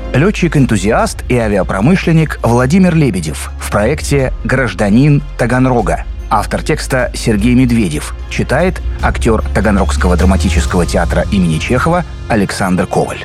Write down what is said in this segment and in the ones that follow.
Летчик-энтузиаст и авиапромышленник Владимир Лебедев в проекте «Гражданин Таганрога». Автор текста Сергей Медведев. Читает актер Таганрогского драматического театра имени Чехова Александр Коваль.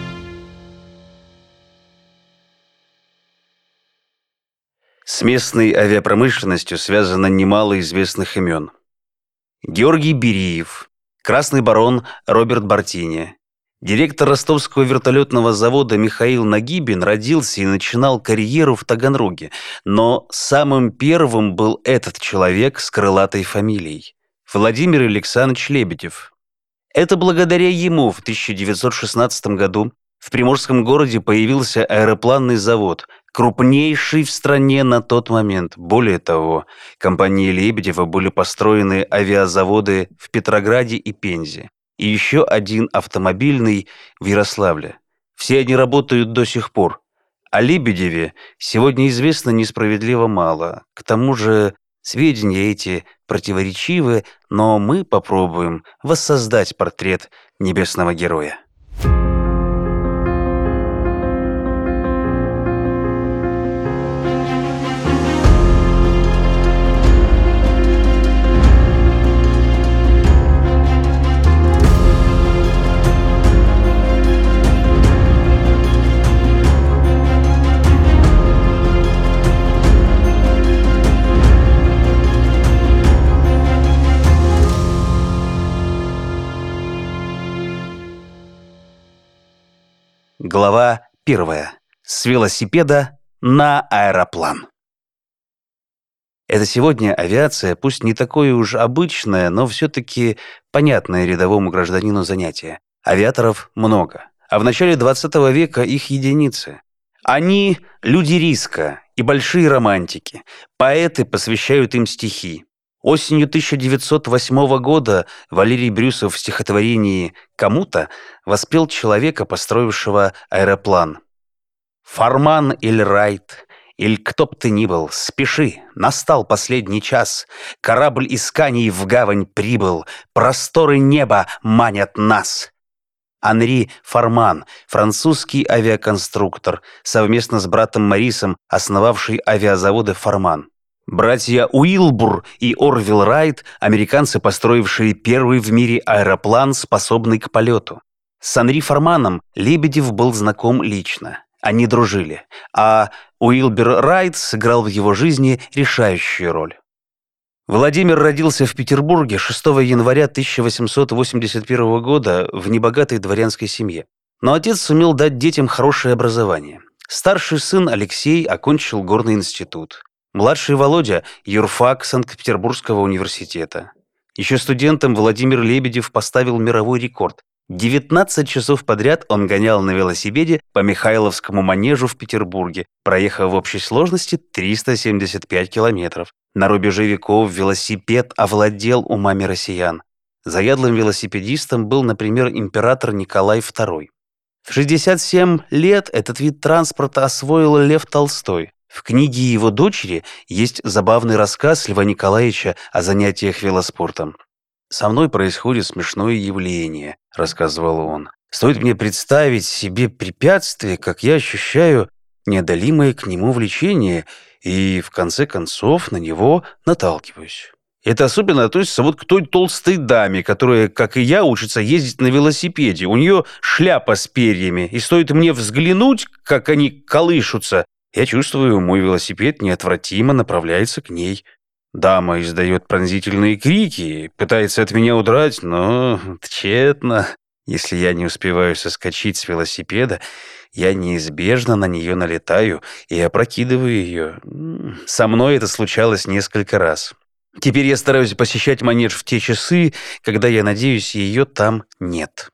С местной авиапромышленностью связано немало известных имен. Георгий Бериев, красный барон Роберт Бартини, директор ростовского вертолетного завода Михаил Нагибин родился и начинал карьеру в Таганроге, но самым первым был этот человек с крылатой фамилией – Владимир Александрович Лебедев. Это благодаря ему в 1916 году в приморском городе появился аэропланный завод, крупнейший в стране на тот момент. Более того, компанией Лебедева были построены авиазаводы в Петрограде и Пензе, и еще один автомобильный в Ярославле. Все они работают до сих пор. О Лебедеве сегодня известно несправедливо мало. К тому же сведения эти противоречивы, но мы попробуем воссоздать портрет небесного героя. Глава 1. С велосипеда на аэроплан. Это сегодня авиация, пусть не такое уж обычное, но все-таки понятное рядовому гражданину занятие. Авиаторов много, а в начале 20 века их единицы. Они – люди риска и большие романтики. Поэты посвящают им стихи. Осенью 1908 года Валерий Брюсов в стихотворении «Кому-то» воспел человека, построившего аэроплан. «Фарман или Райт, или кто б ты ни был, спеши, настал последний час. Корабль исканий в гавань прибыл, просторы неба манят нас». Анри Фарман, французский авиаконструктор, совместно с братом Марисом основавший авиазаводы «Фарман». Братья Уилбур и Орвилл Райт – американцы, построившие первый в мире аэроплан, способный к полету. С Анри Фарманом Лебедев был знаком лично. Они дружили, а Уилбур Райт сыграл в его жизни решающую роль. Владимир родился в Петербурге 6 января 1881 года в небогатой дворянской семье. Но отец сумел дать детям хорошее образование. Старший сын Алексей окончил горный институт. Младший Володя – юрфак Санкт-Петербургского университета. Еще студентом Владимир Лебедев поставил мировой рекорд. 19 часов подряд он гонял на велосипеде по Михайловскому манежу в Петербурге, проехав в общей сложности 375 километров. На рубеже веков велосипед овладел умами россиян. Заядлым велосипедистом был, например, император Николай II. В 67 лет этот вид транспорта освоил Лев Толстой. В книге его дочери есть забавный рассказ Льва Николаевича о занятиях велоспортом. «Со мной происходит смешное явление», — рассказывал он. «Стоит мне представить себе препятствие, как я ощущаю неодолимое к нему влечение и, в конце концов, на него наталкиваюсь». Это особенно относится вот к той толстой даме, которая, как и я, учится ездить на велосипеде. У нее шляпа с перьями, и стоит мне взглянуть, как они колышутся, я чувствую, мой велосипед неотвратимо направляется к ней. Дама издает пронзительные крики, пытается от меня удрать, но тщетно. Если я не успеваю соскочить с велосипеда, я неизбежно на нее налетаю и опрокидываю ее. Со мной это случалось несколько раз. Теперь я стараюсь посещать манеж в те часы, когда я надеюсь, ее там нет.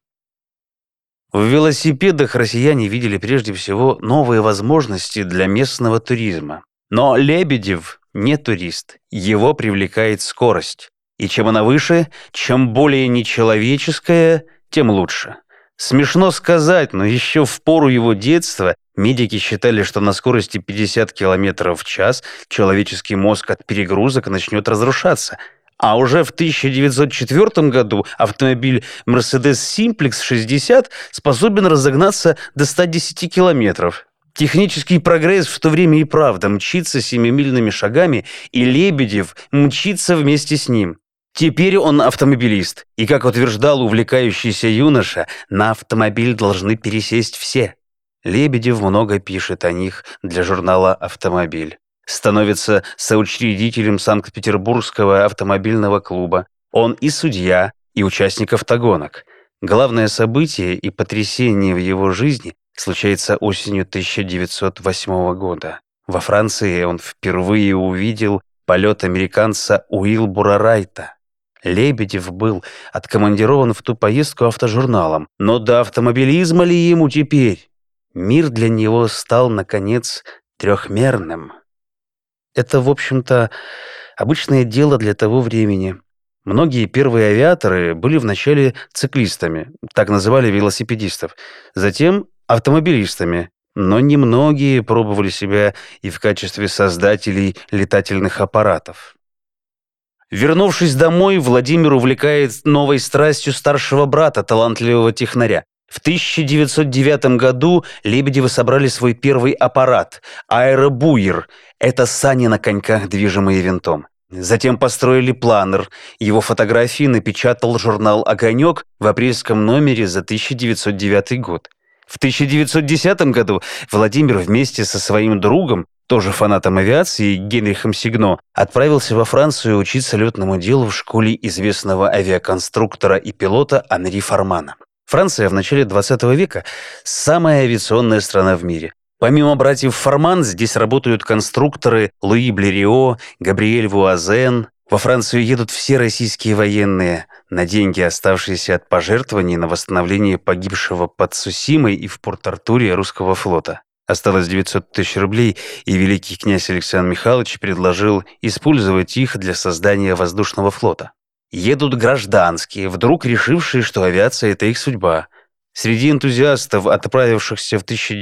В велосипедах россияне видели прежде всего новые возможности для местного туризма. Но Лебедев не турист, его привлекает скорость. И чем она выше, чем более нечеловеческая, тем лучше. Смешно сказать, но еще в пору его детства медики считали, что на скорости 50 км в час человеческий мозг от перегрузок начнет разрушаться. А уже в 1904 году автомобиль Mercedes Simplex 60 способен разогнаться до 110 километров. Технический прогресс в то время и правда мчится семимильными шагами, и Лебедев мчится вместе с ним. Теперь он автомобилист, и, как утверждал увлекающийся юноша, на автомобиль должны пересесть все. Лебедев много пишет о них для журнала «Автомобиль». Становится соучредителем Санкт-Петербургского автомобильного клуба. Он и судья, и участник автогонок. Главное событие и потрясение в его жизни случается осенью 1908 года. Во Франции он впервые увидел полет американца Уилбура Райта. Лебедев был откомандирован в ту поездку автожурналом. Но до автомобилизма ли ему теперь? Мир для него стал, наконец, трехмерным. Это, в общем-то, обычное дело для того времени. Многие первые авиаторы были вначале циклистами, так называли велосипедистов, затем автомобилистами, но немногие пробовали себя и в качестве создателей летательных аппаратов. Вернувшись домой, Владимир увлекает новой страстью старшего брата, талантливого технаря. В 1909 году Лебедевы собрали свой первый аппарат – аэробуер. Это сани на коньках, движимые винтом. Затем построили планер. Его фотографии напечатал журнал «Огонек» в апрельском номере за 1909 год. В 1910 году Владимир вместе со своим другом, тоже фанатом авиации, Генрихом Сигно, отправился во Францию учиться летному делу в школе известного авиаконструктора и пилота Анри Формана. Франция в начале 20 века – самая авиационная страна в мире. Помимо братьев Форман, здесь работают конструкторы Луи Блерио, Габриэль Вуазен. Во Францию едут все российские военные на деньги, оставшиеся от пожертвований на восстановление погибшего под Цусимой и в Порт-Артуре русского флота. Осталось 900 тысяч рублей, и великий князь Александр Михайлович предложил использовать их для создания воздушного флота. Едут гражданские, вдруг решившие, что авиация – это их судьба. Среди энтузиастов, отправившихся в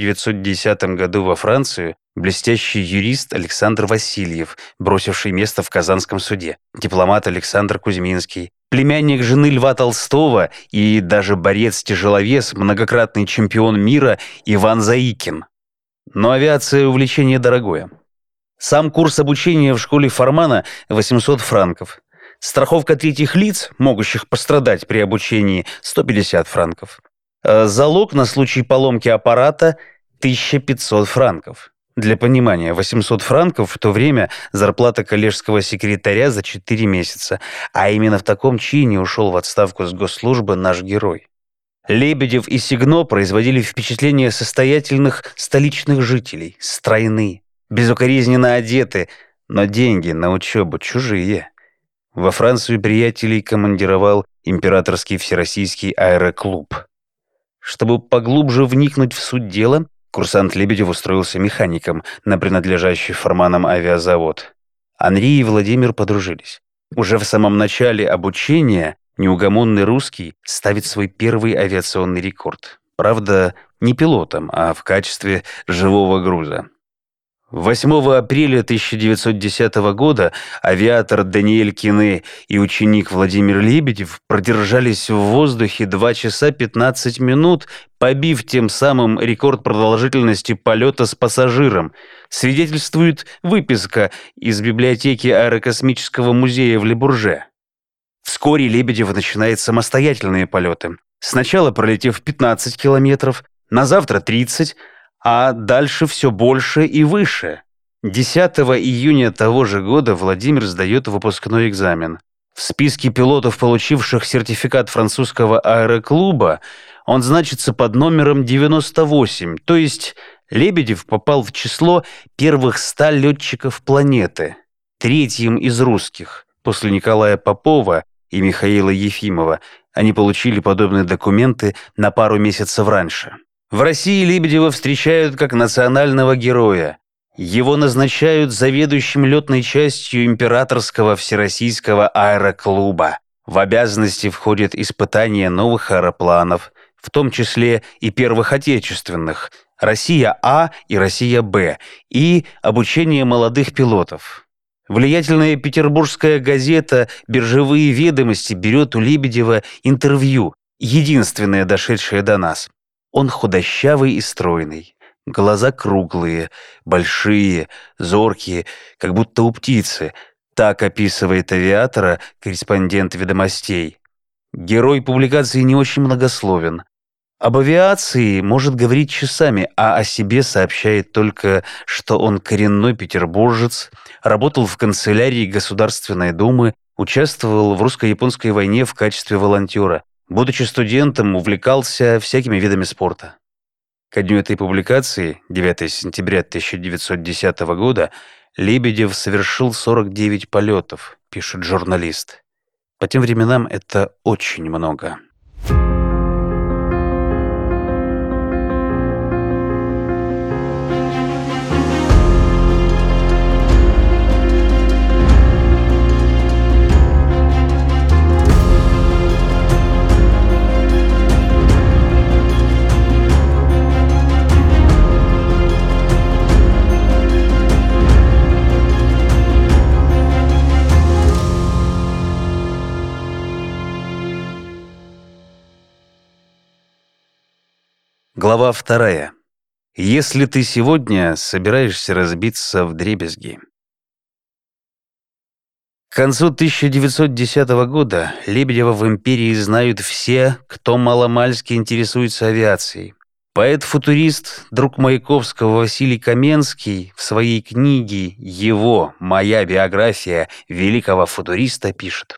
1910 году во Францию, блестящий юрист Александр Васильев, бросивший место в Казанском суде, дипломат Александр Кузьминский, племянник жены Льва Толстого и даже борец-тяжеловес, многократный чемпион мира Иван Заикин. Но авиация – увлечение дорогое. Сам курс обучения в школе Формана – 800 франков. Страховка третьих лиц, могущих пострадать при обучении, 150 франков. Залог на случай поломки аппарата – 1500 франков. Для понимания, 800 франков в то время зарплата коллежского секретаря за 4 месяца, а именно в таком чине ушел в отставку с госслужбы наш герой. Лебедев и Сигно производили впечатление состоятельных столичных жителей, стройны, безукоризненно одеты, но деньги на учебу чужие. Во Францию приятелей командировал Императорский всероссийский аэроклуб. Чтобы поглубже вникнуть в суть дела, курсант Лебедев устроился механиком на принадлежащий Форманам авиазавод. Анри и Владимир подружились. Уже в самом начале обучения неугомонный русский ставит свой первый авиационный рекорд. Правда, не пилотом, а в качестве живого груза. 8 апреля 1910 года авиатор Даниэль Кине и ученик Владимир Лебедев продержались в воздухе 2 часа 15 минут, побив тем самым рекорд продолжительности полета с пассажиром, свидетельствует выписка из библиотеки Аэрокосмического музея в Ле-Бурже. Вскоре Лебедев начинает самостоятельные полеты. Сначала пролетев 15 километров, на завтра 30, а дальше все больше и выше. 10 июня того же года Владимир сдает выпускной экзамен. В списке пилотов, получивших сертификат французского аэроклуба, он значится под номером 98, то есть Лебедев попал в число первых 100 летчиков планеты, третьим из русских, после Николая Попова и Михаила Ефимова. Они получили подобные документы на пару месяцев раньше. В России Лебедева встречают как национального героя. Его назначают заведующим летной частью Императорского всероссийского аэроклуба. В обязанности входит испытание новых аэропланов, в том числе и первых отечественных, «Россия-А» и «Россия-Б», и обучение молодых пилотов. Влиятельная петербургская газета «Биржевые ведомости» берет у Лебедева интервью, единственное дошедшее до нас. Он худощавый и стройный, глаза круглые, большие, зоркие, как будто у птицы. Так описывает авиатора корреспондент «Ведомостей». Герой публикации не очень многословен. Об авиации может говорить часами, а о себе сообщает только, что он коренной петербуржец, работал в канцелярии Государственной Думы, участвовал в русско-японской войне в качестве волонтера. Будучи студентом, увлекался всякими видами спорта. Ко дню этой публикации, 9 сентября 1910 года, Лебедев совершил 49 полетов, пишет журналист. По тем временам это очень много. Глава 2. Если ты сегодня собираешься разбиться вдребезги. К концу 1910 года Лебедева в империи знают все, кто маломальски интересуется авиацией. Поэт-футурист, друг Маяковского Василий Каменский в своей книге «Моя биография великого футуриста» пишет: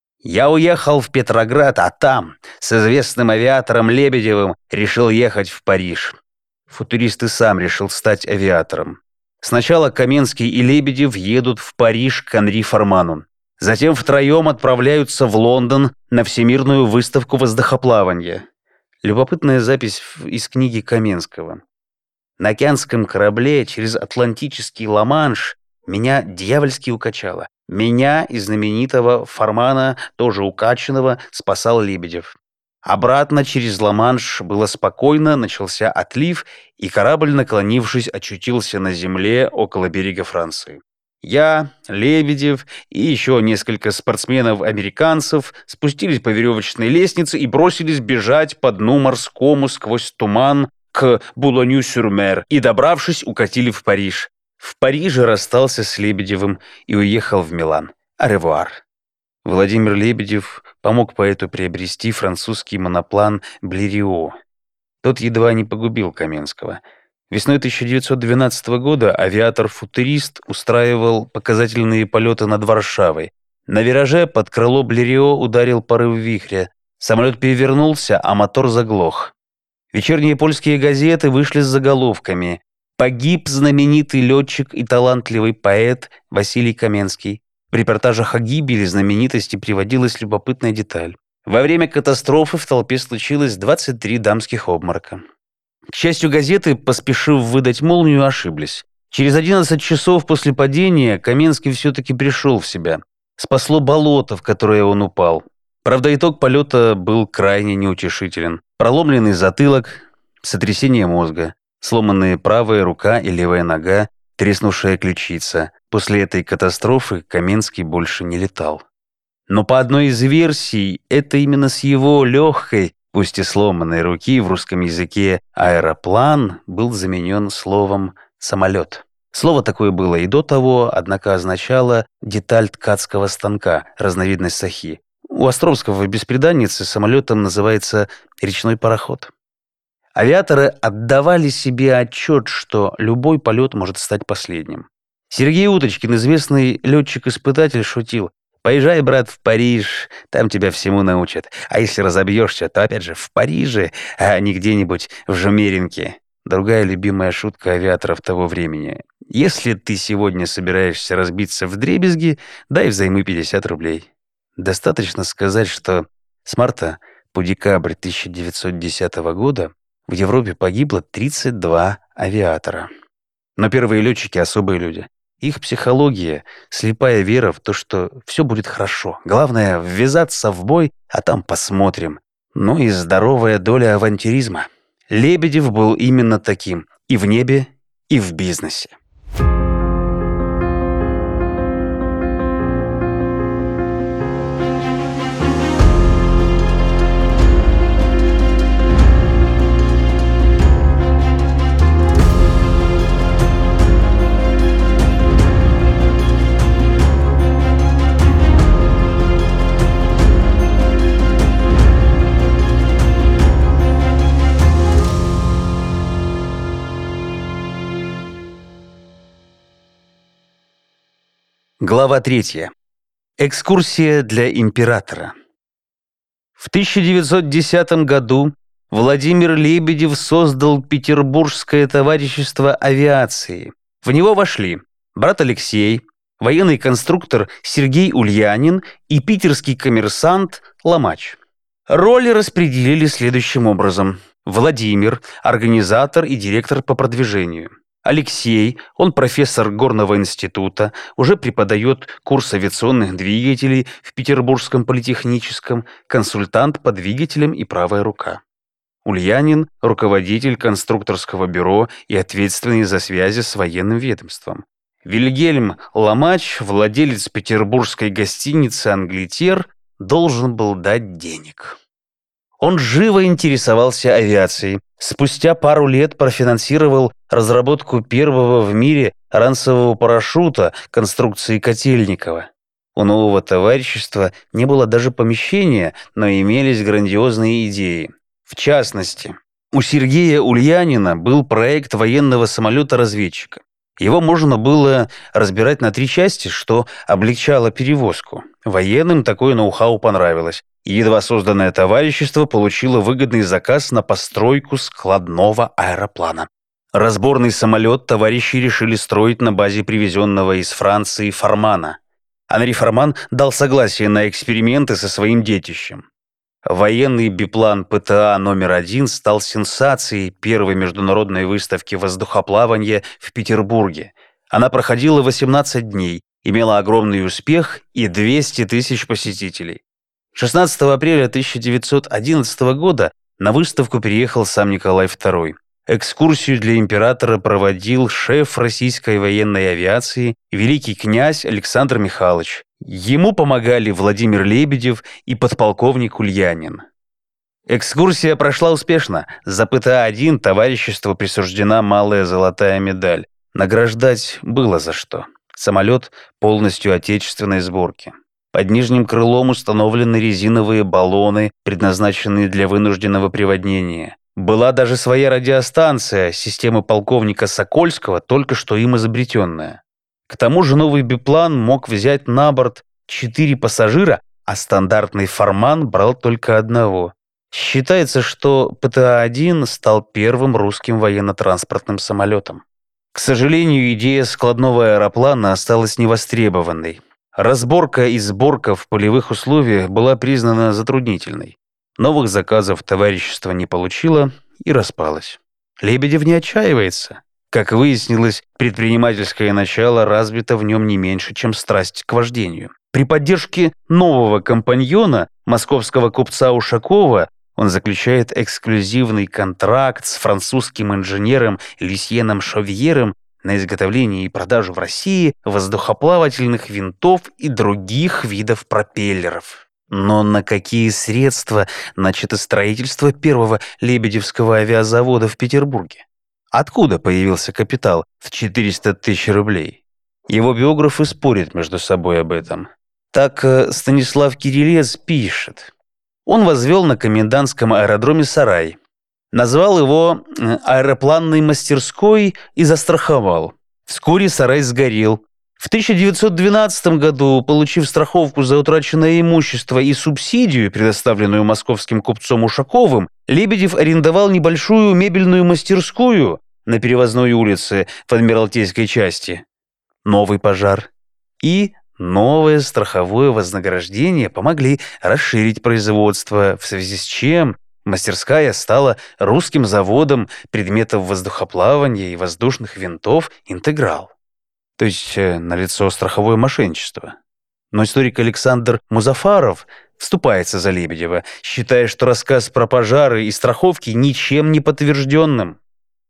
«Я уехал в Петроград, а там с известным авиатором Лебедевым решил ехать в Париж». Футурист и сам решил стать авиатором. Сначала Каменский и Лебедев едут в Париж к Анри Форману. Затем втроем отправляются в Лондон на Всемирную выставку воздухоплавания. Любопытная запись из книги Каменского. «На океанском корабле через Атлантический Ла-Манш меня дьявольски укачало. Меня и знаменитого Формана, тоже укачанного, спасал Лебедев. Обратно через Ла-Манш было спокойно, начался отлив, и корабль, наклонившись, очутился на земле около берега Франции. Я, Лебедев и еще несколько спортсменов-американцев спустились по веревочной лестнице и бросились бежать по дну морскому сквозь туман к Булонью-сюр-Мер и, добравшись, укатили в Париж. В Париже расстался с Лебедевым и уехал в Милан. Аревуар». Владимир Лебедев помог поэту приобрести французский моноплан «Блерио». Тот едва не погубил Каменского. Весной 1912 года авиатор-футурист устраивал показательные полеты над Варшавой. На вираже под крыло Блерио ударил порыв вихря. Самолет перевернулся, а мотор заглох. Вечерние польские газеты вышли с заголовками: «Погиб знаменитый летчик и талантливый поэт Василий Каменский». В репортажах о гибели знаменитости приводилась любопытная деталь. Во время катастрофы в толпе случилось 23 дамских обморока. К счастью, газеты, поспешив выдать молнию, ошиблись. Через 11 часов после падения Каменский все-таки пришел в себя. Спасло болото, в которое он упал. Правда, итог полета был крайне неутешителен. Проломленный затылок, сотрясение мозга, сломанные правая рука и левая нога, треснувшая ключица. После этой катастрофы Каменский больше не летал. Но по одной из версий, это именно с его легкой, пусть и сломанной руки в русском языке «аэроплан» был заменен словом «самолет». Слово такое было и до того, однако означало деталь ткацкого станка, разновидность сахи. У Островского в «Бесприданнице» самолетом называется речной пароход. Авиаторы отдавали себе отчет, что любой полет может стать последним. Сергей Уточкин, известный летчик-испытатель, шутил: «Поезжай, брат, в Париж, там тебя всему научат. А если разобьешься, то опять же в Париже, а не где-нибудь в Жмеринке». Другая любимая шутка авиаторов того времени: «Если ты сегодня собираешься разбиться вдребезги, дай взаймы 50 рублей». Достаточно сказать, что с марта по декабрь 1910 года в Европе погибло 32 авиатора. Но первые летчики — особые люди. Их психология — слепая вера в то, что все будет хорошо. Главное — ввязаться в бой, а там посмотрим. Ну и здоровая доля авантюризма. Лебедев был именно таким и в небе, и в бизнесе. Глава 3. Экскурсия для императора. В 1910 году Владимир Лебедев создал Петербургское товарищество авиации. В него вошли брат Алексей, военный конструктор Сергей Ульянин и питерский коммерсант Ломач. Роли распределили следующим образом. Владимир – организатор и директор по продвижению. Алексей, он профессор Горного института, уже преподает курс авиационных двигателей в Петербургском политехническом, консультант по двигателям и правая рука. Ульянин – руководитель конструкторского бюро и ответственный за связи с военным ведомством. Вильгельм Ломач, владелец петербургской гостиницы «Англитер», должен был дать денег. Он живо интересовался авиацией. Спустя пару лет профинансировал разработку первого в мире ранцевого парашюта конструкции Котельникова. У нового товарищества не было даже помещения, но имелись грандиозные идеи. В частности, у Сергея Ульянина был проект военного самолета-разведчика. Его можно было разбирать на 3 части, что облегчало перевозку. Военным такое ноу-хау понравилось. Едва созданное товарищество получило выгодный заказ на постройку складного аэроплана. Разборный самолет товарищи решили строить на базе привезенного из Франции Фармана. Анри Фарман дал согласие на эксперименты со своим детищем. Военный биплан ПТА номер 1 стал сенсацией первой международной выставки воздухоплавания в Петербурге. Она проходила 18 дней, имела огромный успех и 200 тысяч посетителей. 16 апреля 1911 года на выставку приехал сам Николай II. Экскурсию для императора проводил шеф российской военной авиации, великий князь Александр Михайлович. Ему помогали Владимир Лебедев и подполковник Ульянин. Экскурсия прошла успешно. За ПТА-1 товариществу присуждена малая золотая медаль. Награждать было за что. Самолет полностью отечественной сборки. Под нижним крылом установлены резиновые баллоны, предназначенные для вынужденного приводнения. Была даже своя радиостанция системы полковника Сокольского, только что им изобретенная. К тому же новый биплан мог взять на борт 4 пассажира, а стандартный Фарман брал только 1. Считается, что ПТА-1 стал первым русским военно-транспортным самолетом. К сожалению, идея складного аэроплана осталась невостребованной. Разборка и сборка в полевых условиях была признана затруднительной. Новых заказов товарищество не получило и распалось. Лебедев не отчаивается. Как выяснилось, предпринимательское начало развито в нем не меньше, чем страсть к вождению. При поддержке нового компаньона, московского купца Ушакова, он заключает эксклюзивный контракт с французским инженером Люсьеном Шовьером на изготовление и продажу в России воздухоплавательных винтов и других видов пропеллеров. Но на какие средства начато строительство первого Лебедевского авиазавода в Петербурге? Откуда появился капитал в 400 тысяч рублей? Его биографы спорят между собой об этом. Так Станислав Кириллец пишет. Он возвел на комендантском аэродроме сарай, назвал его аэропланной мастерской и застраховал. Вскоре сарай сгорел. В 1912 году, получив страховку за утраченное имущество и субсидию, предоставленную московским купцом Ушаковым, Лебедев арендовал небольшую мебельную мастерскую на Перевозной улице в Адмиралтейской части. Новый пожар и новое страховое вознаграждение помогли расширить производство, в связи с чем мастерская стала русским заводом предметов воздухоплавания и воздушных винтов «Интеграл». То есть налицо страховое мошенничество. Но историк Александр Музафаров вступается за Лебедева, считая, что рассказ про пожары и страховки ничем не подтвержденным.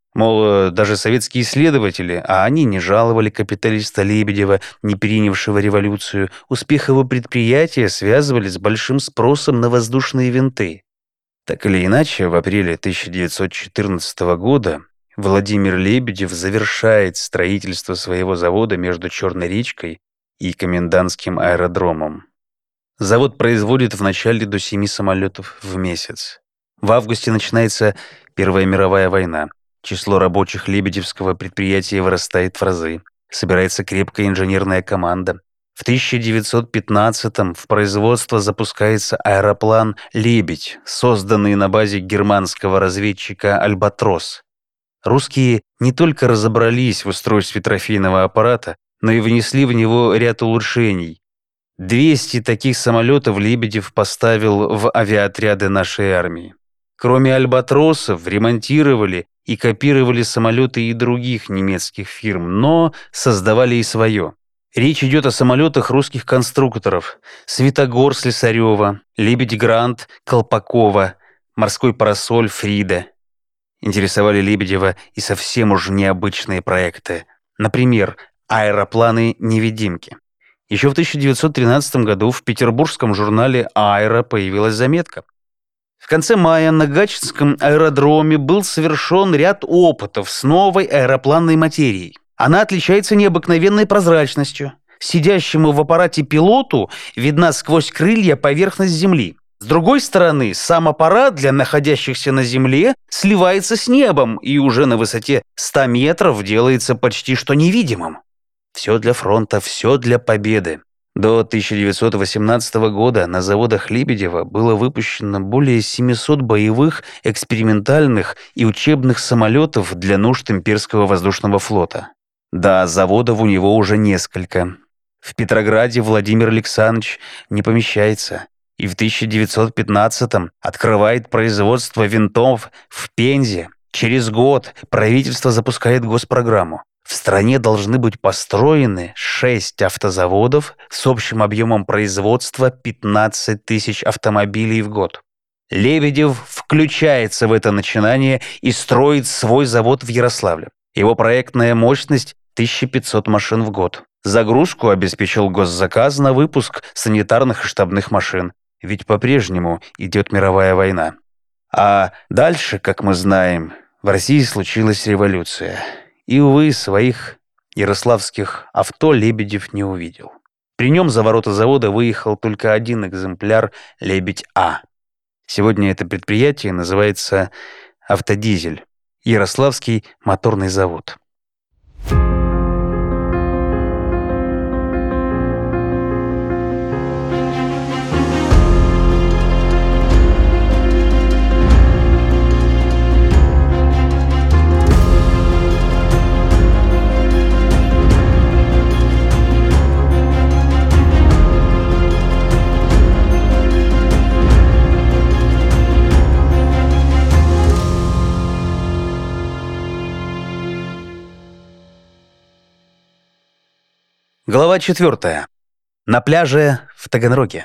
Мол, даже советские исследователи, а они не жаловали капиталиста Лебедева, не перенявшего революцию, успех его предприятия связывали с большим спросом на воздушные винты. Так или иначе, в апреле 1914 года Владимир Лебедев завершает строительство своего завода между Черной речкой и Комендантским аэродромом. Завод производит в начале до 7 самолетов в месяц. В августе начинается Первая мировая война. Число рабочих лебедевского предприятия вырастает в разы. Собирается крепкая инженерная команда. В 1915-м в производство запускается аэроплан «Лебедь», созданный на базе германского разведчика «Альбатрос». Русские не только разобрались в устройстве трофейного аппарата, но и внесли в него ряд улучшений. 200 таких самолетов Лебедев поставил в авиаотряды нашей армии. Кроме «Альбатросов» ремонтировали и копировали самолеты и других немецких фирм, но создавали и свое. Речь идет о самолетах русских конструкторов: «Светогор» Слесарева, «Лебедь Грант» Колпакова, «Морской парасоль» Фрида. Интересовали Лебедева и совсем уж необычные проекты. Например, аэропланы-невидимки. Еще в 1913 году в петербургском журнале «Аэро» появилась заметка. В конце мая на Гатчинском аэродроме был совершен ряд опытов с новой аэропланной материей. Она отличается необыкновенной прозрачностью. Сидящему в аппарате пилоту видна сквозь крылья поверхность Земли. С другой стороны, сам аппарат для находящихся на Земле сливается с небом и уже на высоте 100 метров делается почти что невидимым. Все для фронта, все для победы. До 1918 года на заводах Лебедева было выпущено более 700 боевых, экспериментальных и учебных самолетов для нужд имперского воздушного флота. Да, заводов у него уже несколько. В Петрограде Владимир Александрович не помещается. И в 1915-м открывает производство винтов в Пензе. Через год правительство запускает госпрограмму. В стране должны быть построены 6 автозаводов с общим объемом производства 15 тысяч автомобилей в год. Лебедев включается в это начинание и строит свой завод в Ярославле. Его проектная мощность – 1500 машин в год. Загрузку обеспечил госзаказ на выпуск санитарных и штабных машин. Ведь по-прежнему идет мировая война. А дальше, как мы знаем, в России случилась революция. И, увы, своих ярославских авто Лебедев не увидел. При нем за ворота завода выехал только один экземпляр «Лебедь-А». Сегодня это предприятие называется «Автодизель» – Ярославский моторный завод. Глава 4. На пляже в Таганроге.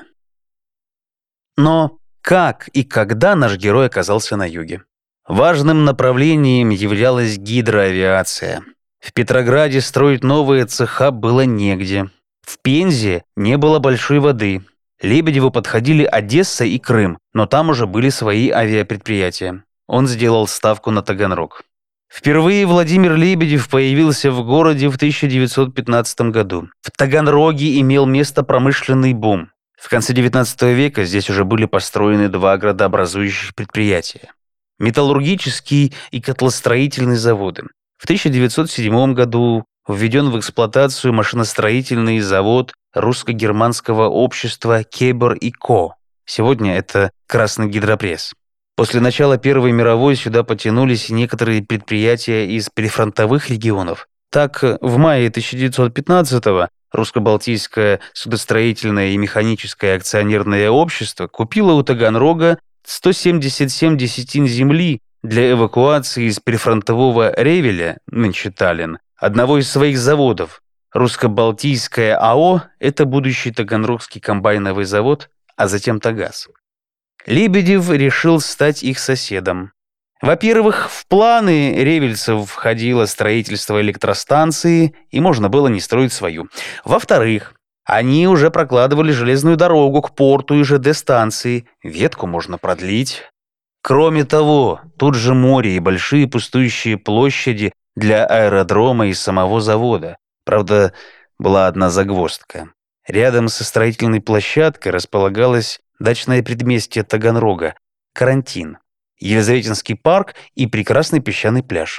Но как и когда наш герой оказался на юге? Важным направлением являлась гидроавиация. В Петрограде строить новые цеха было негде. В Пензе не было большой воды. Лебедеву подходили Одесса и Крым, но там уже были свои авиапредприятия. Он сделал ставку на Таганрог. Впервые Владимир Лебедев появился в городе в 1915 году. В Таганроге имел место промышленный бум. В конце XIX века здесь уже были построены 2 градообразующих предприятия – металлургический и котлостроительный заводы. В 1907 году введен в эксплуатацию машиностроительный завод русско-германского общества «Кебер и Ко». Сегодня это «Красный гидропресс». После начала Первой мировой сюда потянулись некоторые предприятия из прифронтовых регионов. Так, в мае 1915-го Русско-Балтийское судостроительное и механическое акционерное общество купило у Таганрога 177 десятин земли для эвакуации из прифронтового Ревеля, нынче Таллин, одного из своих заводов. Русско-Балтийское АО – это будущий Таганрогский комбайновый завод, а затем Тагаз. Лебедев решил стать их соседом. Во-первых, в планы ревельцев входило строительство электростанции, и можно было не строить свою. Во-вторых, они уже прокладывали железную дорогу к порту и ЖД-станции, ветку можно продлить. Кроме того, тут же море и большие пустующие площади для аэродрома и самого завода. Правда, была одна загвоздка. Рядом со строительной площадкой располагалось дачное предместье Таганрога – Карантин, Елизаветинский парк и прекрасный песчаный пляж.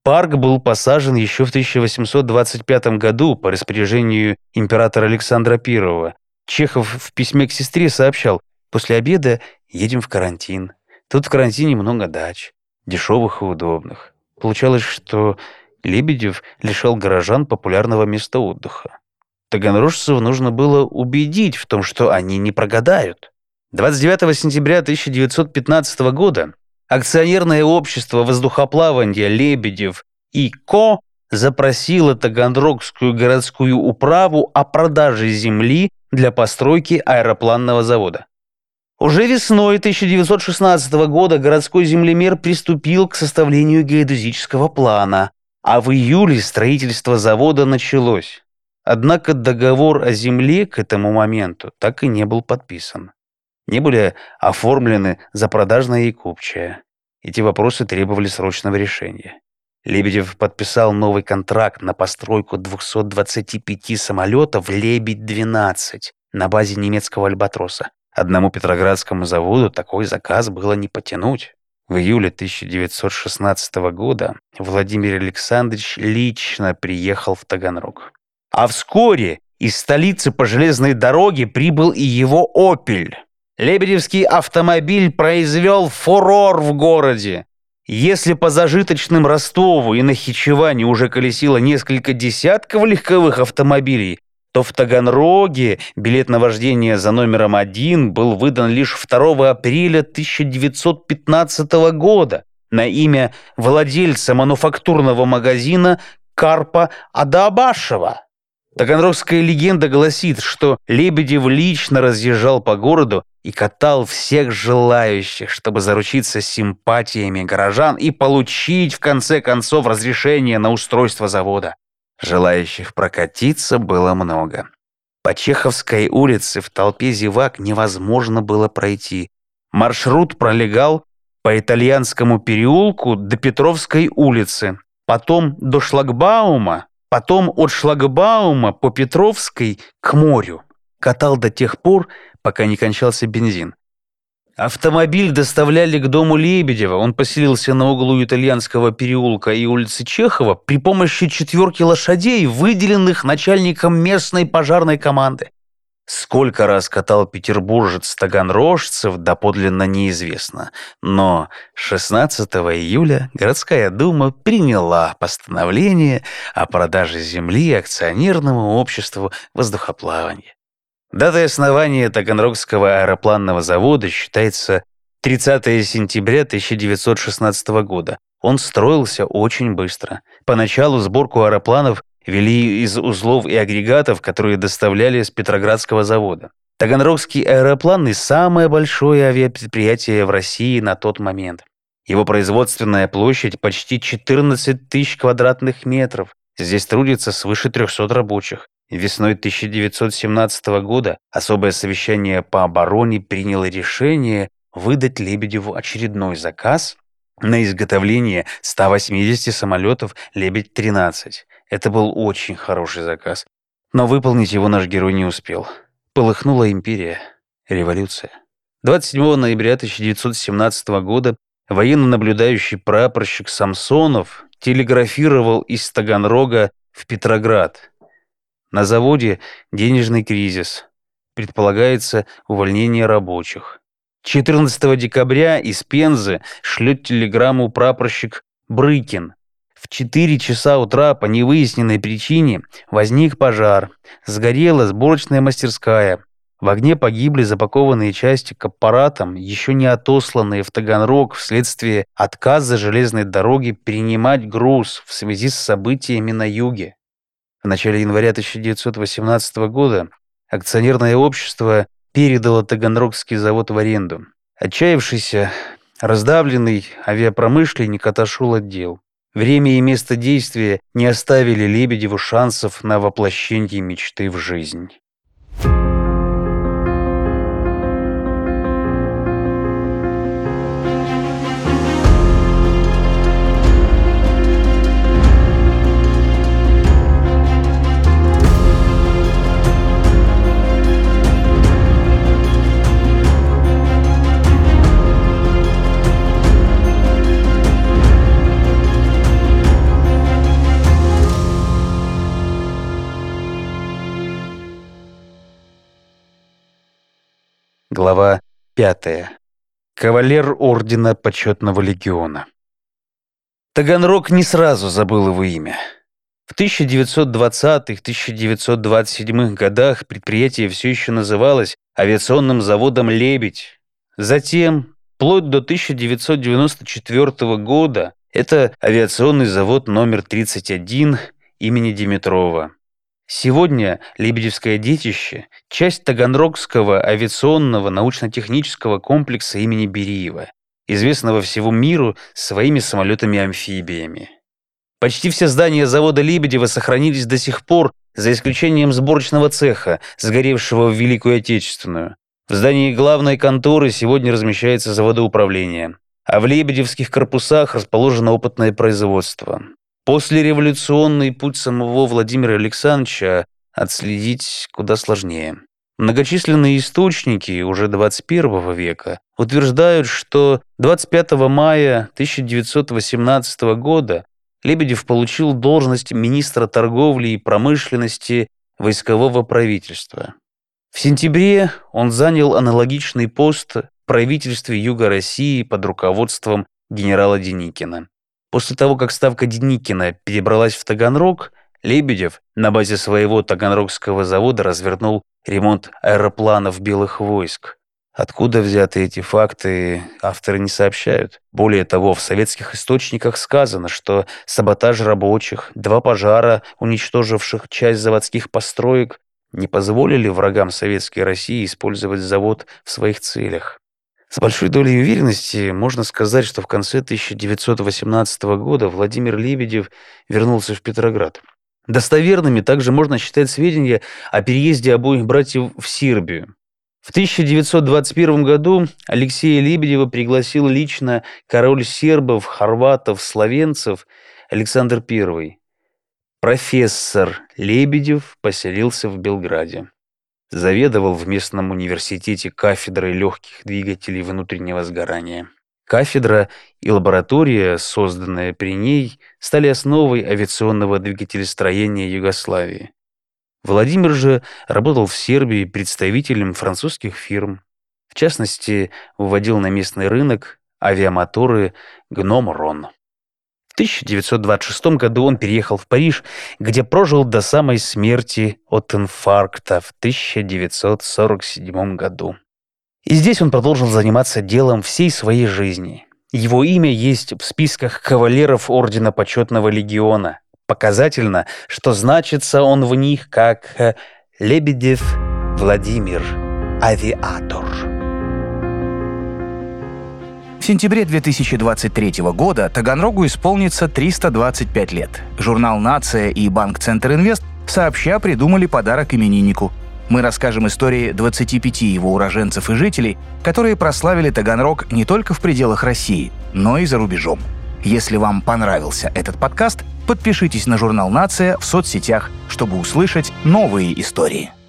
Парк был посажен еще в 1825 году по распоряжению императора Александра I. Чехов в письме к сестре сообщал: «После обеда едем в карантин. Тут в карантине много дач, дешевых и удобных». Получалось, что Лебедев лишал горожан популярного места отдыха. Таганрожцев нужно было убедить в том, что они не прогадают. 29 сентября 1915 года акционерное общество воздухоплавания «Лебедев и Ко» запросило Таганрогскую городскую управу о продаже земли для постройки аэропланного завода. Уже весной 1916 года городской землемер приступил к составлению геодезического плана, а в июле строительство завода началось. Однако договор о земле к этому моменту так и не был подписан. Не были оформлены запродажная и купчая. Эти вопросы требовали срочного решения. Лебедев подписал новый контракт на постройку 225 самолетов «Лебедь-12» на базе немецкого «Альбатроса». Одному петроградскому заводу такой заказ было не потянуть. В июле 1916 года Владимир Александрович лично приехал в Таганрог. А вскоре из столицы по железной дороге прибыл и его «Опель». Лебедевский автомобиль произвел фурор в городе. Если по зажиточным Ростову и Нахичевани уже колесило несколько десятков легковых автомобилей, то в Таганроге билет на вождение за номером 1 был выдан лишь 2 апреля 1915 года на имя владельца мануфактурного магазина Карпа Адаабашева. Таганрогская легенда гласит, что Лебедев лично разъезжал по городу и катал всех желающих, чтобы заручиться симпатиями горожан и получить в конце концов разрешение на устройство завода. Желающих прокатиться было много. По Чеховской улице в толпе зевак невозможно было пройти. Маршрут пролегал по Итальянскому переулку до Петровской улицы, потом до шлагбаума, потом от шлагбаума по Петровской к морю. Катал до тех пор, пока не кончался бензин. Автомобиль доставляли к дому Лебедева. Он поселился на углу Итальянского переулка и улицы Чехова при помощи 4 лошадей, выделенных начальником местной пожарной команды. Сколько раз катал петербуржец таганрожцев, доподлинно неизвестно. Но 16 июля городская дума приняла постановление о продаже земли акционерному обществу воздухоплавания. Датой основания Таганрогского аэропланного завода считается 30 сентября 1916 года. Он строился очень быстро. Поначалу сборку аэропланов вели из узлов и агрегатов, которые доставляли с Петроградского завода. Таганрогский аэроплан – самое большое авиапредприятие в России на тот момент. Его производственная площадь почти 14 тысяч квадратных метров. Здесь трудится свыше 300 рабочих. Весной 1917 года особое совещание по обороне приняло решение выдать Лебедеву очередной заказ на изготовление 180 самолетов «Лебедь-13». Это был очень хороший заказ, но выполнить его наш герой не успел. Полыхнула империя, революция. 27 ноября 1917 года военно-наблюдающий прапорщик Самсонов телеграфировал из Таганрога в Петроград. На заводе денежный кризис. Предполагается увольнение рабочих. 14 декабря из Пензы шлет телеграмму прапорщик Брыкин. В 4 часа утра по невыясненной причине возник пожар. Сгорела сборочная мастерская. В огне погибли запакованные части к аппаратам, еще не отосланные в Таганрог вследствие отказа железной дороги принимать груз в связи с событиями на юге. В начале января 1918 года акционерное общество передало Таганрогский завод в аренду. Отчаявшийся, раздавленный авиапромышленник отошел от дел. Время и место действия не оставили Лебедеву шансов на воплощение мечты в жизнь. 5. Кавалер Ордена Почетного Легиона. Таганрог не сразу забыл его имя. В 1920-1927 годах предприятие все еще называлось авиационным заводом «Лебедь». Затем, вплоть до 1994 года, это авиационный завод номер 31 имени Димитрова. Сегодня Лебедевское детище – часть Таганрогского авиационного научно-технического комплекса имени Бериева, известного всему миру своими самолетами-амфибиями. Почти все здания завода Лебедева сохранились до сих пор, за исключением сборочного цеха, сгоревшего в Великую Отечественную. В здании главной конторы сегодня размещается заводоуправление, а в лебедевских корпусах расположено опытное производство. Послереволюционный путь самого Владимира Александровича отследить куда сложнее. Многочисленные источники уже 21 века утверждают, что 25 мая 1918 года Лебедев получил должность министра торговли и промышленности войскового правительства. В сентябре он занял аналогичный пост в правительстве Юга России под руководством генерала Деникина. После того, как ставка Деникина перебралась в Таганрог, Лебедев на базе своего Таганрогского завода развернул ремонт аэропланов белых войск. Откуда взяты эти факты, авторы не сообщают. Более того, в советских источниках сказано, что саботаж рабочих, 2 пожара, уничтоживших часть заводских построек, не позволили врагам Советской России использовать завод в своих целях. С большой долей уверенности можно сказать, что в конце 1918 года Владимир Лебедев вернулся в Петроград. Достоверными также можно считать сведения о переезде обоих братьев в Сербию. В 1921 году Алексея Лебедева пригласил лично король сербов, хорватов, словенцев Александр I. Профессор Лебедев поселился в Белграде. Заведовал в местном университете кафедрой легких двигателей внутреннего сгорания. Кафедра и лаборатория, созданная при ней, стали основой авиационного двигателестроения Югославии. Владимир же работал в Сербии представителем французских фирм. В частности, выводил на местный рынок авиамоторы «Гном-Рон». В 1926 году он переехал в Париж, где прожил до самой смерти от инфаркта в 1947 году. И здесь он продолжил заниматься делом всей своей жизни. Его имя есть в списках кавалеров Ордена Почетного Легиона. Показательно, что значится он в них как Лебедев Владимир, авиатор. В сентябре 2023 года Таганрогу исполнится 325 лет. Журнал «Нация» и банк «Центр Инвест» сообща придумали подарок имениннику. Мы расскажем истории 25 его уроженцев и жителей, которые прославили Таганрог не только в пределах России, но и за рубежом. Если вам понравился этот подкаст, подпишитесь на журнал «Нация» в соцсетях, чтобы услышать новые истории.